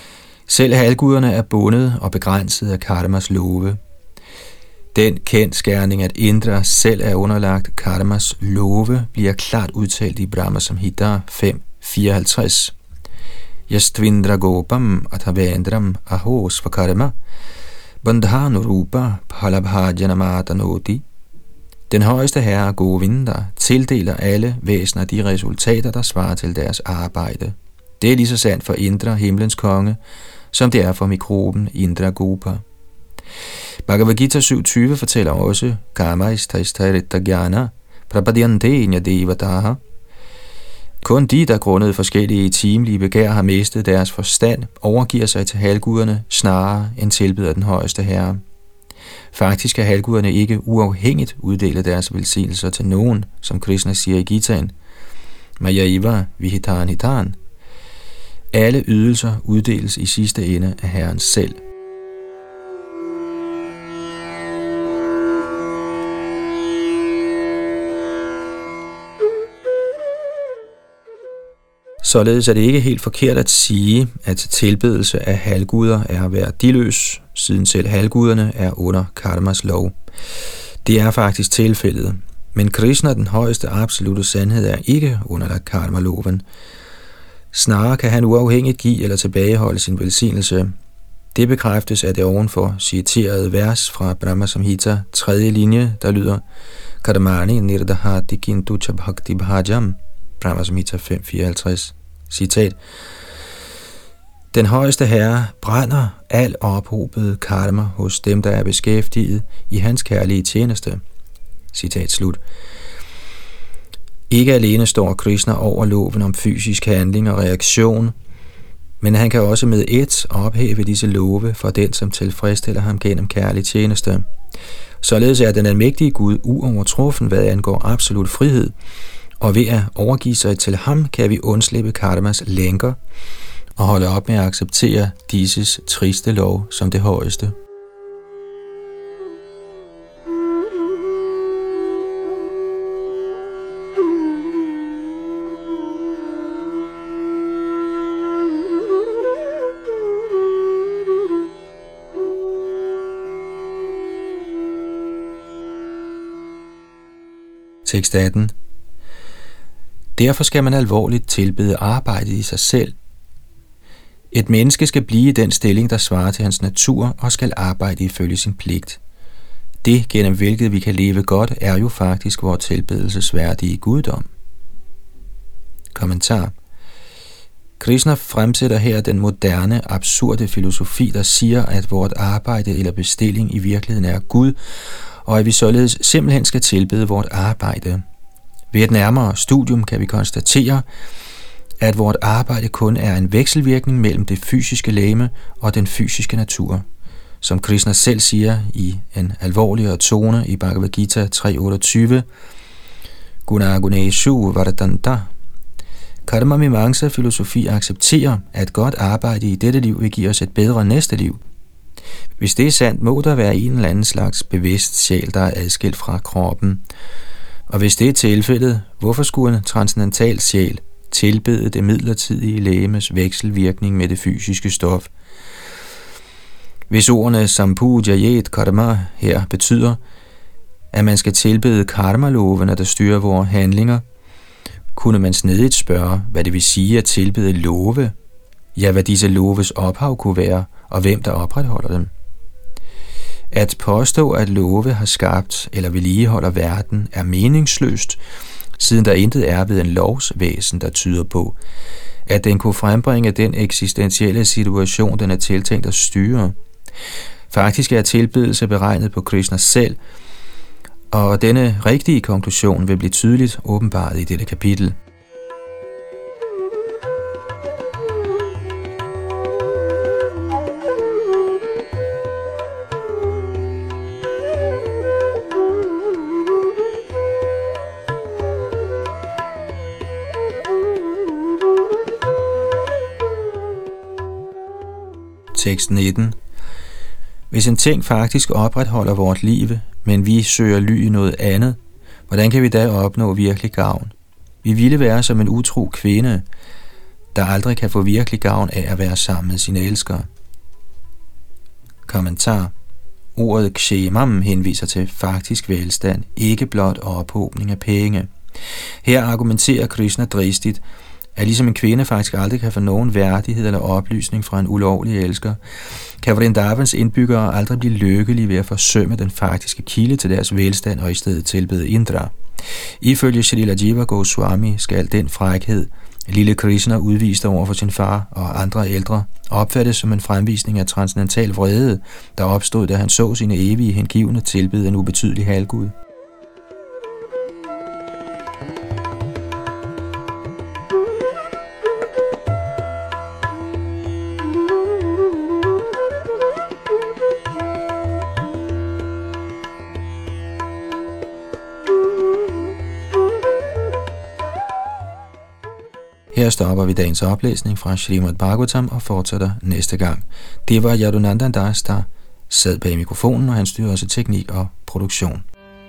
Selv halvguderne er bundet og begrænset af karmas love. Den kendsgerning, at Indra selv er underlagt karmas love, bliver klart udtalt i Brahma Samhita 5.54. Yastvindra gopam athavendram ahos vakarma bandhanurupa phalabhajanamatanoti. Den højeste herre Govinda tildeler alle væsener de resultater, der svarer til deres arbejde. Det er lige så sandt for Indra, himlens konge, som det er for mikroben Indra Gopa. Bhagavad Gita 7.20 fortæller også Karma istaistarita jnana prapadyante nyadevataha. Kun de, der grundet forskellige timelige begær har mistet deres forstand, overgiver sig til halvguderne snarere end tilbeder den højeste herre. Faktisk kan halvguderne ikke uafhængigt uddele deres velsignelser til nogen, som Krishna siger i Gitaen. Mayaiva vihitan hitan. Alle ydelser uddeles i sidste ende af Herren selv. Således er det ikke helt forkert at sige, at tilbedelse af halvguder er værdiløs, siden selv halvguderne er under karmas lov. Det er faktisk tilfældet, men Krishna, den højeste absolute sandhed, er ikke underlagt karma-loven. Snarere kan han uafhængigt give eller tilbageholde sin velsignelse. Det bekræftes af det ovenfor citerede vers fra Brahma Samhita 3. linje, der lyder Karmani nirdahati kintu cha bhakti bhajam. Brahma Samhita 5.54. Citat. Den højeste herre brænder al ophobet karma hos dem, der er beskæftiget i hans kærlige tjeneste. Citat slut. Ikke alene står Krishna over loven om fysisk handling og reaktion, men han kan også med ét ophæve disse love for den, som tilfredsstiller ham gennem kærlig tjeneste. Således er den almægtige Gud uovertruffen, hvad angår absolut frihed, og ved at overgive sig til ham, kan vi undslippe karmas lænker og holde op med at acceptere disses triste lov som det højeste. Tekst 18. Derfor skal man alvorligt tilbede arbejdet i sig selv. Et menneske skal blive i den stilling, der svarer til hans natur, og skal arbejde ifølge sin pligt. Det, gennem hvilket vi kan leve godt, er jo faktisk vores tilbedelsesværdige guddom. Kommentar. Krishna fremsætter her den moderne, absurde filosofi, der siger, at vort arbejde eller bestilling i virkeligheden er Gud, og at vi således simpelthen skal tilbede vort arbejde. Ved et nærmere studium kan vi konstatere, at vort arbejde kun er en vekselvirkning mellem det fysiske legeme og den fysiske natur. Som Krishna selv siger i en alvorligere tone i Bhagavad Gita 3.28, Gunaguneshu Vardanta. Karma Mimamsa filosofi accepterer, at godt arbejde i dette liv vil give os et bedre næste liv. Hvis det er sandt, må der være en eller anden slags bevidst sjæl, der er adskilt fra kroppen. Og hvis det er tilfældet, hvorfor skulle en transcendental sjæl tilbede det midlertidige legemes vekselvirkning med det fysiske stof? Hvis ordene Sampuja Yet Karma her betyder, at man skal tilbede karma-lovene, der styrer vores handlinger, kunne man snedigt spørge, hvad det vil sige at tilbede love, ja, hvad disse loves ophav kunne være, og hvem der opretholder dem. At påstå, at love har skabt eller vedligeholder verden, er meningsløst, siden der intet er ved en lovsvæsen, der tyder på, at den kunne frembringe den eksistentielle situation, den er tiltænkt at styre. Faktisk er tilbedelse beregnet på Krishna selv, og denne rigtige konklusion vil blive tydeligt åbenbaret i dette kapitel. Tekst 19. Hvis en ting faktisk opretholder vort liv, men vi søger ly i noget andet, hvordan kan vi da opnå virkelig gavn? Vi ville være som en utro kvinde, der aldrig kan få virkelig gavn af at være sammen med sine elskere. Kommentar. Ordet kshemam henviser til faktisk velstand, ikke blot ophobning af penge. Her argumenterer Krishna dristigt, at ligesom en kvinde faktisk aldrig kan få nogen værdighed eller oplysning fra en ulovlig elsker, kan Vrindavans indbyggere aldrig blive lykkelige ved at forsømme den faktiske kilde til deres velstand og i stedet tilbede Indra. Ifølge Shrila Jiva Goswami skal den frækhed, lille Krishna udviste over for sin far og andre ældre, opfattes som en fremvisning af transcendental vrede, der opstod, da han så sine evige hengivne tilbede en ubetydelig halvgud. Her stopper vi dagens oplæsning fra Srimad Bhagavatam og fortsætter næste gang. Det var Yadunandan Das, der sad bag mikrofonen, og han styrede også teknik og produktion.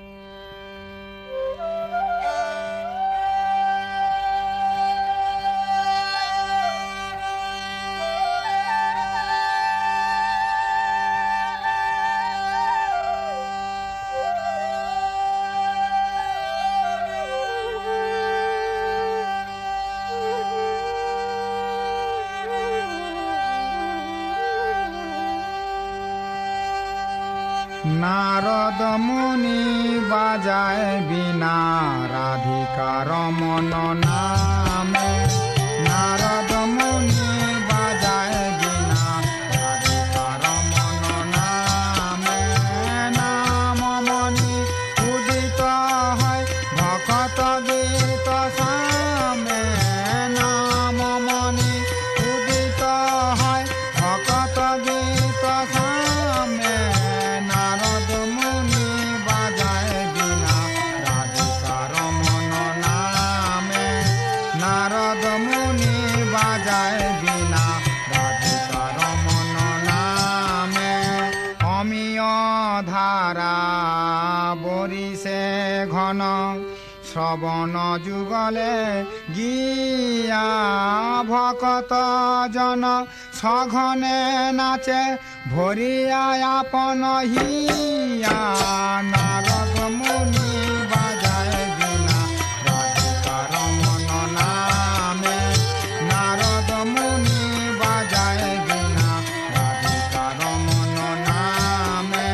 नारद मुनि बाजाए बिना राधिका रमन नाम नारद मुनि बाजाए बिना राधिका रमन नाम नाम मणि उदित है भक्त गीत सामे नाम मणि उदित है भक्त गीत सामे नारद मुनि बाजाए बिना राधिका रमन नामे नारद मुनि बाजाए बिना राधिका रमन नामे अमीय धारा बरिसे घन श्रवण जुगले गीया भक्त जन सघने नाचे भरिया आपन हिया नारद मुनि बाजाए बिना राधिका रमन नामे नारद मुनि बाजाए बिना राधिका रमन नामे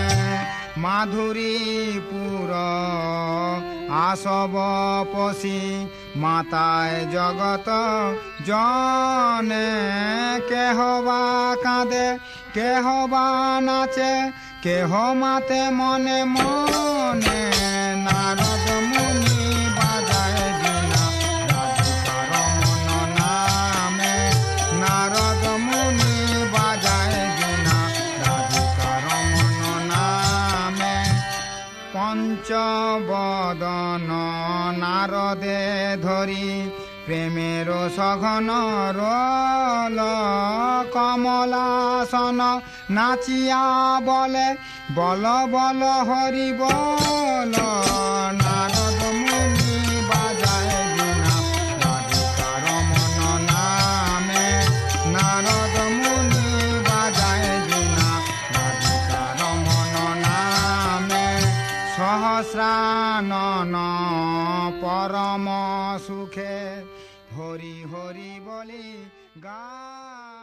माधुरीपुर आसब पशी माताय जगत जने केहबा काँदे केहबा नाचे केह माते मने मने नारद मुनि बाजाए बिना राधिका रमन नामे नारद मुनि बाजाए बिना राधिका रमन नामे पंचवदन नारदे धरी प्रेमेर सघन रोल कमलासन नाचिया बोले बल बल हरि बोल नारद मुनि बाजाए बिना राधिका रमन नामे नारद मुनि बाजाए बिना राधिका रमन नामे सहस्रानन परम सुखे हरि हरि बोली गा